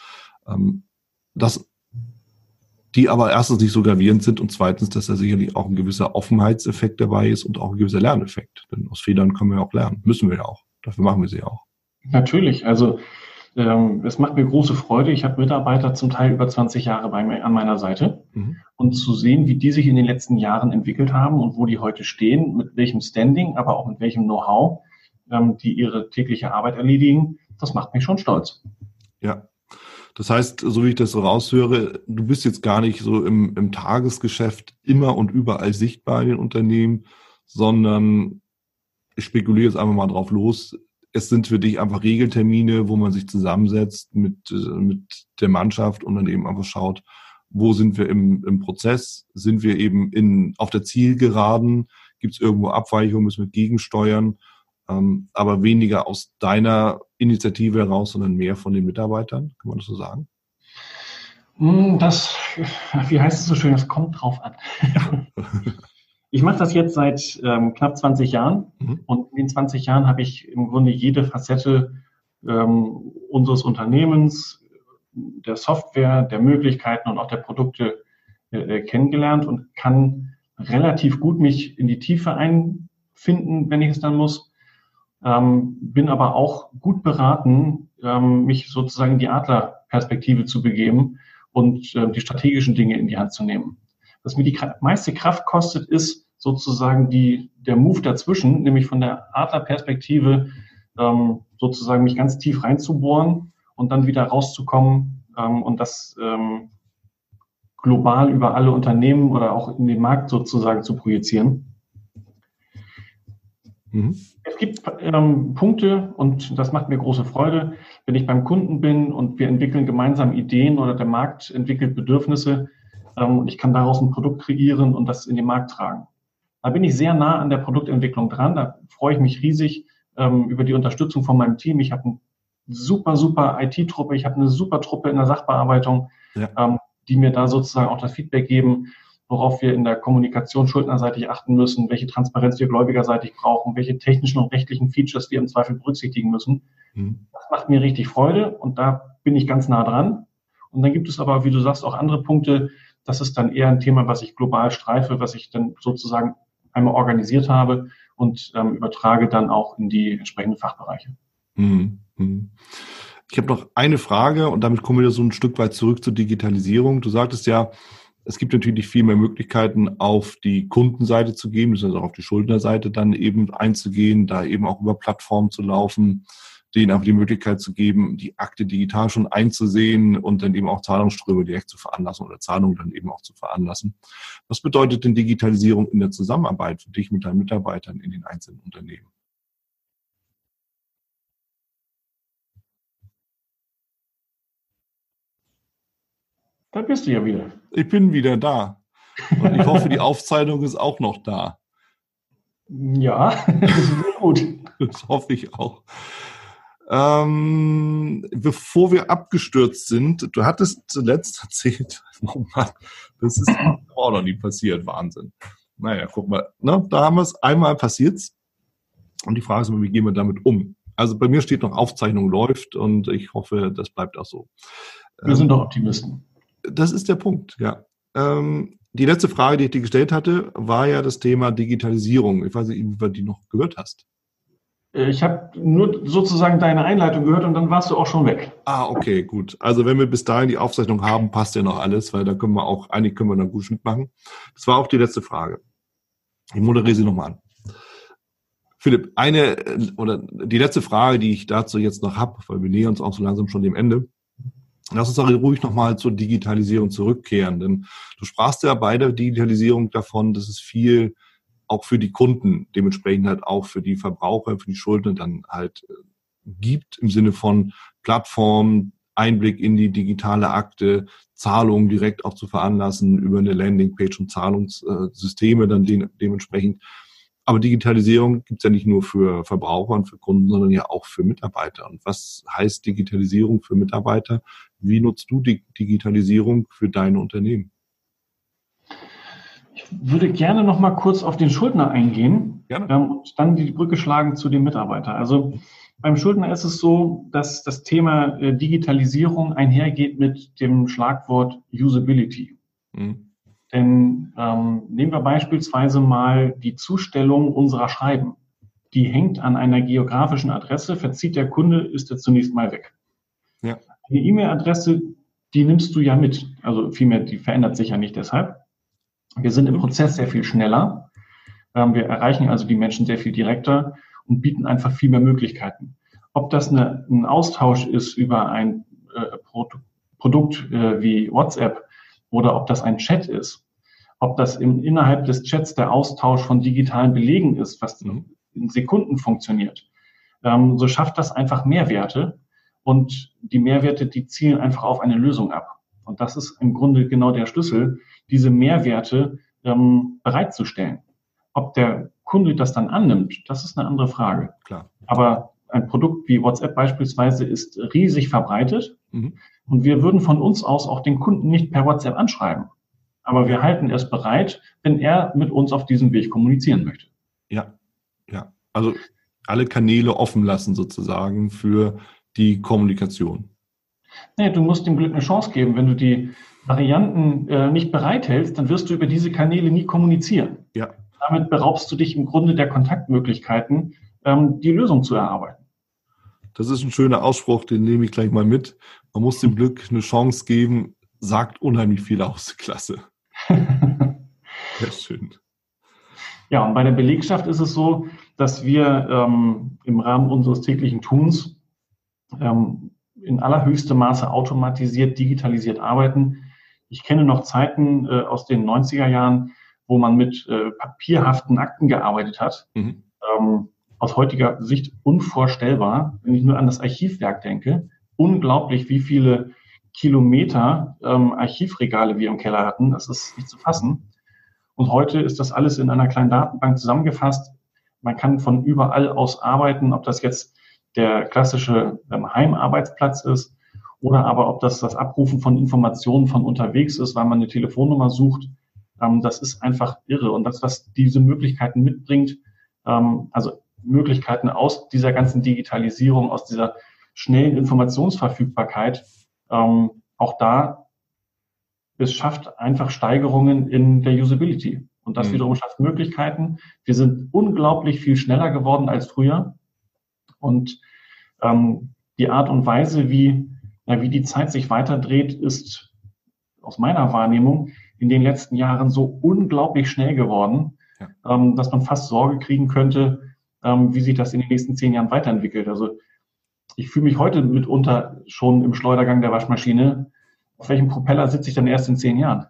dass die aber erstens nicht so gravierend sind und zweitens, dass da sicherlich auch ein gewisser Offenheitseffekt dabei ist und auch ein gewisser Lerneffekt. Denn aus Fehlern können wir ja auch lernen, müssen wir ja auch. Dafür machen wir sie auch. Natürlich, also es macht mir große Freude. Ich habe Mitarbeiter zum Teil über 20 Jahre an meiner Seite. Und zu sehen, wie die sich in den letzten Jahren entwickelt haben und wo die heute stehen, mit welchem Standing, aber auch mit welchem Know-how, die ihre tägliche Arbeit erledigen, das macht mich schon stolz. Ja. Das heißt, so wie ich das so raushöre, du bist jetzt gar nicht so im Tagesgeschäft immer und überall sichtbar in den Unternehmen, sondern ich spekuliere jetzt einfach mal drauf los. Es sind für dich einfach Regeltermine, wo man sich zusammensetzt mit der Mannschaft und dann eben einfach schaut, wo sind wir im Prozess? Sind wir eben auf der Zielgeraden? Gibt es irgendwo Abweichungen? Müssen wir gegensteuern? Aber weniger aus deiner Initiative heraus, sondern mehr von den Mitarbeitern. Kann man das so sagen? Wie heißt es so schön, das kommt drauf an. Ich mache das jetzt seit knapp 20 Jahren und in den 20 Jahren habe ich im Grunde jede Facette unseres Unternehmens, der Software, der Möglichkeiten und auch der Produkte kennengelernt und kann relativ gut mich in die Tiefe einfinden, wenn ich es dann muss. Bin aber auch gut beraten, mich sozusagen in die Adlerperspektive zu begeben und die strategischen Dinge in die Hand zu nehmen. Was mir die meiste Kraft kostet, ist sozusagen der Move dazwischen, nämlich von der Adlerperspektive sozusagen mich ganz tief reinzubohren und dann wieder rauszukommen und das global über alle Unternehmen oder auch in den Markt sozusagen zu projizieren. Es gibt Punkte, und das macht mir große Freude, wenn ich beim Kunden bin und wir entwickeln gemeinsam Ideen oder der Markt entwickelt Bedürfnisse und ich kann daraus ein Produkt kreieren und das in den Markt tragen. Da bin ich sehr nah an der Produktentwicklung dran, da freue ich mich riesig über die Unterstützung von meinem Team. Ich habe eine super IT-Truppe, ich habe eine super Truppe in der Sachbearbeitung, die mir da sozusagen auch das Feedback geben, worauf wir in der Kommunikation schuldnerseitig achten müssen, welche Transparenz wir gläubigerseitig brauchen, welche technischen und rechtlichen Features wir im Zweifel berücksichtigen müssen. Das macht mir richtig Freude und da bin ich ganz nah dran. Und dann gibt es aber, wie du sagst, auch andere Punkte. Das ist dann eher ein Thema, was ich global streife, was ich dann sozusagen einmal organisiert habe und übertrage dann auch in die entsprechenden Fachbereiche. Ich habe noch eine Frage und damit kommen wir so ein Stück weit zurück zur Digitalisierung. Du sagtest ja, es gibt natürlich viel mehr Möglichkeiten, auf die Kundenseite zu gehen, also auch auf die Schuldnerseite dann eben einzugehen, da eben auch über Plattformen zu laufen, denen auch die Möglichkeit zu geben, die Akte digital schon einzusehen und dann eben auch Zahlungsströme direkt zu veranlassen oder Zahlungen dann eben auch zu veranlassen. Was bedeutet denn Digitalisierung in der Zusammenarbeit für dich mit deinen Mitarbeitern in den einzelnen Unternehmen? Da bist du ja wieder. Ich bin wieder da. Und ich hoffe, die Aufzeichnung ist auch noch da. Ja, das ist sehr gut. Das hoffe ich auch. Bevor wir abgestürzt sind, du hattest zuletzt erzählt, oh Mann, das ist auch noch nie passiert, Wahnsinn. Naja, guck mal, ne, da haben wir es, einmal passiert's. Und die Frage ist immer, wie gehen wir damit um? Also bei mir steht noch, Aufzeichnung läuft und ich hoffe, das bleibt auch so. Wir sind doch Optimisten. Das ist der Punkt, ja. Die letzte Frage, die ich dir gestellt hatte, war ja das Thema Digitalisierung. Ich weiß nicht, wie du die noch gehört hast. Ich habe nur sozusagen deine Einleitung gehört und dann warst du auch schon weg. Ah, okay, gut. Also wenn wir bis dahin die Aufzeichnung haben, passt ja noch alles, weil da können wir auch, eigentlich können wir dann gut mitmachen. Das war auch die letzte Frage. Ich moderiere sie nochmal an. Philipp, die letzte Frage, die ich dazu jetzt noch habe, weil wir nähern uns auch so langsam schon dem Ende. Lass uns doch ruhig nochmal zur Digitalisierung zurückkehren, denn du sprachst ja bei der Digitalisierung davon, dass es viel auch für die Kunden, dementsprechend halt auch für die Verbraucher, für die Schuldner dann halt gibt, im Sinne von Plattformen, Einblick in die digitale Akte, Zahlungen direkt auch zu veranlassen über eine Landingpage und Zahlungssysteme dann dementsprechend. Aber Digitalisierung gibt es ja nicht nur für Verbraucher und für Kunden, sondern ja auch für Mitarbeiter. Und was heißt Digitalisierung für Mitarbeiter? Wie nutzt du die Digitalisierung für deine Unternehmen? Ich würde gerne noch mal kurz auf den Schuldner eingehen und dann die Brücke schlagen zu dem Mitarbeiter. Also beim Schuldner ist es so, dass das Thema Digitalisierung einhergeht mit dem Schlagwort Usability. Denn nehmen wir beispielsweise mal die Zustellung unserer Schreiben. Die hängt an einer geografischen Adresse, verzieht der Kunde, ist er zunächst mal weg. Ja. Eine E-Mail-Adresse, die nimmst du ja mit. Also vielmehr, die verändert sich ja nicht deshalb. Wir sind im Prozess sehr viel schneller. Wir erreichen also die Menschen sehr viel direkter und bieten einfach viel mehr Möglichkeiten. Ob das ein Austausch ist über ein Produkt wie WhatsApp oder ob das ein Chat ist, ob das innerhalb des Chats der Austausch von digitalen Belegen ist, was in Sekunden funktioniert, so schafft das einfach Mehrwerte. Und die Mehrwerte, die zielen einfach auf eine Lösung ab. Und das ist im Grunde genau der Schlüssel, diese Mehrwerte bereitzustellen. Ob der Kunde das dann annimmt, das ist eine andere Frage. Klar. Aber ein Produkt wie WhatsApp beispielsweise ist riesig verbreitet. Und wir würden von uns aus auch den Kunden nicht per WhatsApp anschreiben. Aber wir halten es bereit, wenn er mit uns auf diesem Weg kommunizieren möchte. Ja. Also alle Kanäle offen lassen sozusagen für die Kommunikation. Nee, du musst dem Glück eine Chance geben. Wenn du die Varianten nicht bereithältst, dann wirst du über diese Kanäle nie kommunizieren. Ja. Damit beraubst du dich im Grunde der Kontaktmöglichkeiten, die Lösung zu erarbeiten. Das ist ein schöner Ausspruch, den nehme ich gleich mal mit. Man muss dem Glück eine Chance geben, sagt unheimlich viel aus. Klasse. Sehr schön. Ja, und bei der Belegschaft ist es so, dass wir im Rahmen unseres täglichen Tuns in allerhöchstem Maße automatisiert, digitalisiert arbeiten. Ich kenne noch Zeiten aus den 90er Jahren, wo man mit papierhaften Akten gearbeitet hat. Aus heutiger Sicht unvorstellbar, wenn ich nur an das Archivwerk denke. Unglaublich, wie viele Kilometer Archivregale wir im Keller hatten. Das ist nicht zu fassen. Und heute ist das alles in einer kleinen Datenbank zusammengefasst. Man kann von überall aus arbeiten, ob das jetzt der klassische Heimarbeitsplatz ist oder aber ob das Abrufen von Informationen von unterwegs ist, weil man eine Telefonnummer sucht. Das ist einfach irre. Und das, was diese Möglichkeiten mitbringt, also Möglichkeiten aus dieser ganzen Digitalisierung, aus dieser schnellen Informationsverfügbarkeit, auch da, es schafft einfach Steigerungen in der Usability. Und das wiederum schafft Möglichkeiten. Wir sind unglaublich viel schneller geworden als früher. Und die Art und Weise, wie die Zeit sich weiterdreht, ist aus meiner Wahrnehmung in den letzten Jahren so unglaublich schnell geworden, dass man fast Sorge kriegen könnte, wie sich das in den nächsten 10 Jahren weiterentwickelt. Also Ich fühle mich heute mitunter schon im Schleudergang der Waschmaschine. Auf welchem Propeller sitze ich dann erst in 10 Jahren?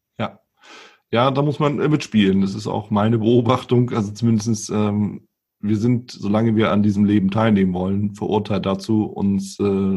Ja, da muss man mitspielen. Das ist auch meine Beobachtung. Also zumindest, wir sind, solange wir an diesem Leben teilnehmen wollen, verurteilt dazu, uns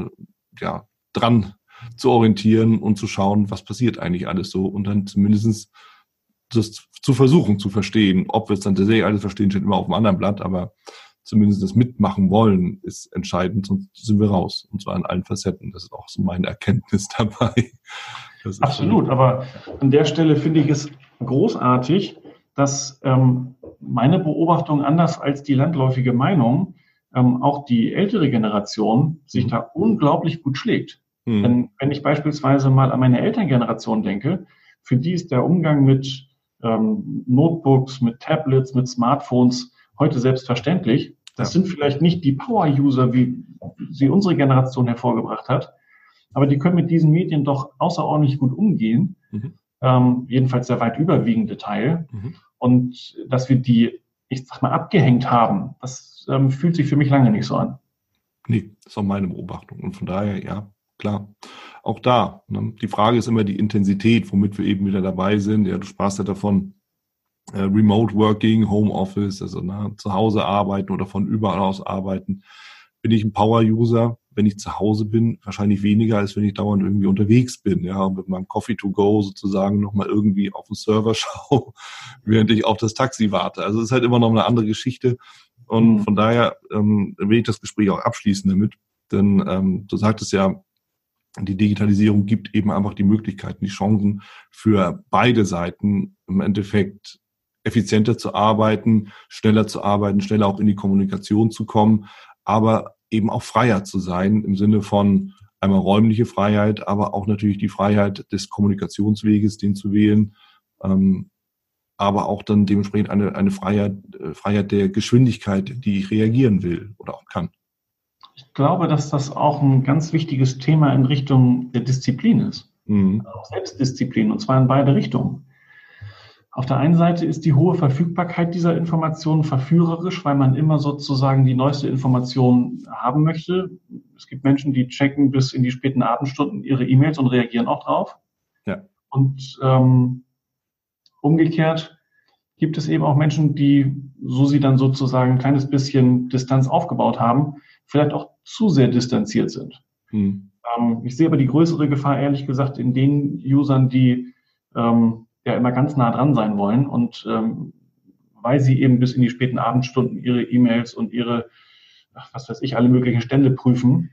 dran zu orientieren und zu schauen, was passiert eigentlich alles so und dann zumindest das zu versuchen zu verstehen. Ob wir es dann tatsächlich alles verstehen, steht immer auf dem anderen Blatt, aber zumindest das mitmachen wollen ist entscheidend, sonst sind wir raus. Und zwar in allen Facetten. Das ist auch so meine Erkenntnis dabei. Absolut, aber an der Stelle finde ich es großartig, dass meine Beobachtung anders als die landläufige Meinung auch die ältere Generation sich da unglaublich gut schlägt. Denn wenn ich beispielsweise mal an meine Elterngeneration denke, für die ist der Umgang mit Notebooks, mit Tablets, mit Smartphones heute selbstverständlich. Das sind vielleicht nicht die Power-User, wie sie unsere Generation hervorgebracht hat, aber die können mit diesen Medien doch außerordentlich gut umgehen. Jedenfalls der weit überwiegende Teil. Und dass wir die, ich sag mal, abgehängt haben, das fühlt sich für mich lange nicht so an. Nee, das ist auch meine Beobachtung. Und von daher, ja, klar. Auch da, ne? Die Frage ist immer die Intensität, womit wir eben wieder dabei sind. Ja, du sprachst ja davon, Remote Working, Homeoffice, also zu Hause arbeiten oder von überall aus arbeiten. Bin ich ein Power-User, wenn ich zu Hause bin, wahrscheinlich weniger, als wenn ich dauernd irgendwie unterwegs bin, ja, und mit meinem Coffee to go sozusagen nochmal irgendwie auf den Server schaue, während ich auf das Taxi warte. Also es ist halt immer noch eine andere Geschichte. Und von daher will ich das Gespräch auch abschließen damit, denn du sagtest ja, die Digitalisierung gibt eben einfach die Möglichkeiten, die Chancen für beide Seiten im Endeffekt effizienter zu arbeiten, schneller auch in die Kommunikation zu kommen, aber eben auch freier zu sein im Sinne von einmal räumliche Freiheit, aber auch natürlich die Freiheit des Kommunikationsweges, den zu wählen, aber auch dann dementsprechend eine Freiheit der Geschwindigkeit, die ich reagieren will oder auch kann. Ich glaube, dass das auch ein ganz wichtiges Thema in Richtung der Disziplin ist. Auch Selbstdisziplin, und zwar in beide Richtungen. Auf der einen Seite ist die hohe Verfügbarkeit dieser Informationen verführerisch, weil man immer sozusagen die neueste Information haben möchte. Es gibt Menschen, die checken bis in die späten Abendstunden ihre E-Mails und reagieren auch drauf. Ja. Und umgekehrt gibt es eben auch Menschen, die, so sie dann sozusagen ein kleines bisschen Distanz aufgebaut haben, vielleicht auch zu sehr distanziert sind. Ich sehe aber die größere Gefahr, ehrlich gesagt, in den Usern, die immer ganz nah dran sein wollen und weil sie eben bis in die späten Abendstunden ihre E-Mails und ihre, alle möglichen Stände prüfen,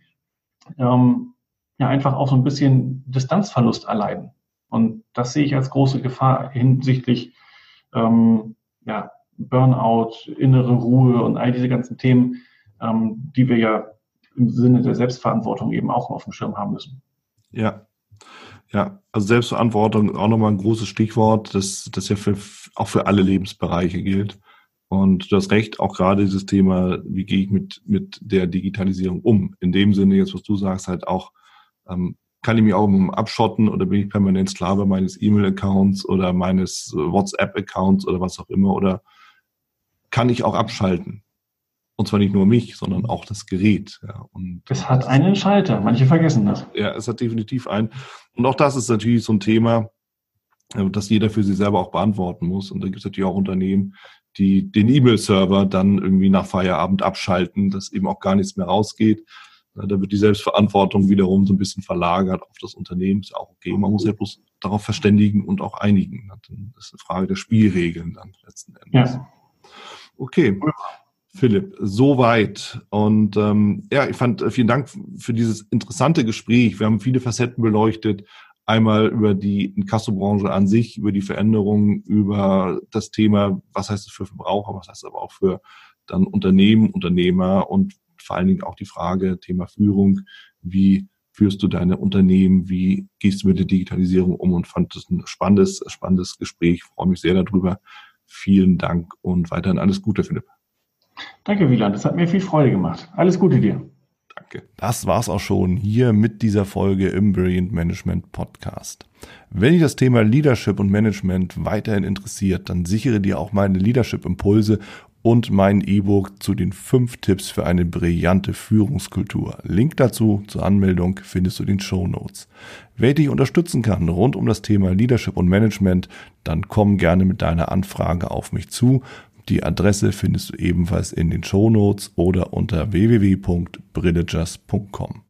einfach auch so ein bisschen Distanzverlust erleiden. Und das sehe ich als große Gefahr hinsichtlich Burnout, innere Ruhe und all diese ganzen Themen, die wir ja im Sinne der Selbstverantwortung eben auch auf dem Schirm haben müssen. Ja, also Selbstverantwortung auch nochmal ein großes Stichwort, das ja auch für alle Lebensbereiche gilt. Und du hast recht, auch gerade dieses Thema, wie gehe ich mit der Digitalisierung um? In dem Sinne, jetzt was du sagst, halt auch, kann ich mich auch abschotten oder bin ich permanent Sklave meines E-Mail-Accounts oder meines WhatsApp-Accounts oder was auch immer, oder kann ich auch abschalten? Und zwar nicht nur mich, sondern auch das Gerät. Ja. Und es hat einen Schalter, manche vergessen das. Ja, es hat definitiv einen. Und auch das ist natürlich so ein Thema, das jeder für sich selber auch beantworten muss. Und da gibt es natürlich auch Unternehmen, die den E-Mail-Server dann irgendwie nach Feierabend abschalten, dass eben auch gar nichts mehr rausgeht. Da wird die Selbstverantwortung wiederum so ein bisschen verlagert auf das Unternehmen. Ist ja auch okay. Man muss ja bloß darauf verständigen und auch einigen. Das ist eine Frage der Spielregeln dann letzten Endes. Ja. Okay. Philipp, soweit. Und ich fand, vielen Dank für dieses interessante Gespräch. Wir haben viele Facetten beleuchtet. Einmal über die Inkasso-Branche an sich, über die Veränderungen, über das Thema, was heißt es für Verbraucher, was heißt es aber auch für dann Unternehmen, Unternehmer und vor allen Dingen auch die Frage, Thema Führung. Wie führst du deine Unternehmen? Wie gehst du mit der Digitalisierung um? Und fand das ein spannendes Gespräch. Ich freue mich sehr darüber. Vielen Dank und weiterhin alles Gute, Philipp. Danke, Wieland. Das hat mir viel Freude gemacht. Alles Gute dir. Danke. Das war's auch schon hier mit dieser Folge im Brilliant Management Podcast. Wenn dich das Thema Leadership und Management weiterhin interessiert, dann sichere dir auch meine Leadership-Impulse und mein E-Book zu den 5 Tipps für eine brillante Führungskultur. Link dazu zur Anmeldung findest du in den Shownotes. Wer dich unterstützen kann rund um das Thema Leadership und Management, dann komm gerne mit deiner Anfrage auf mich zu. Die Adresse findest du ebenfalls in den Shownotes oder unter www.brillegers.com.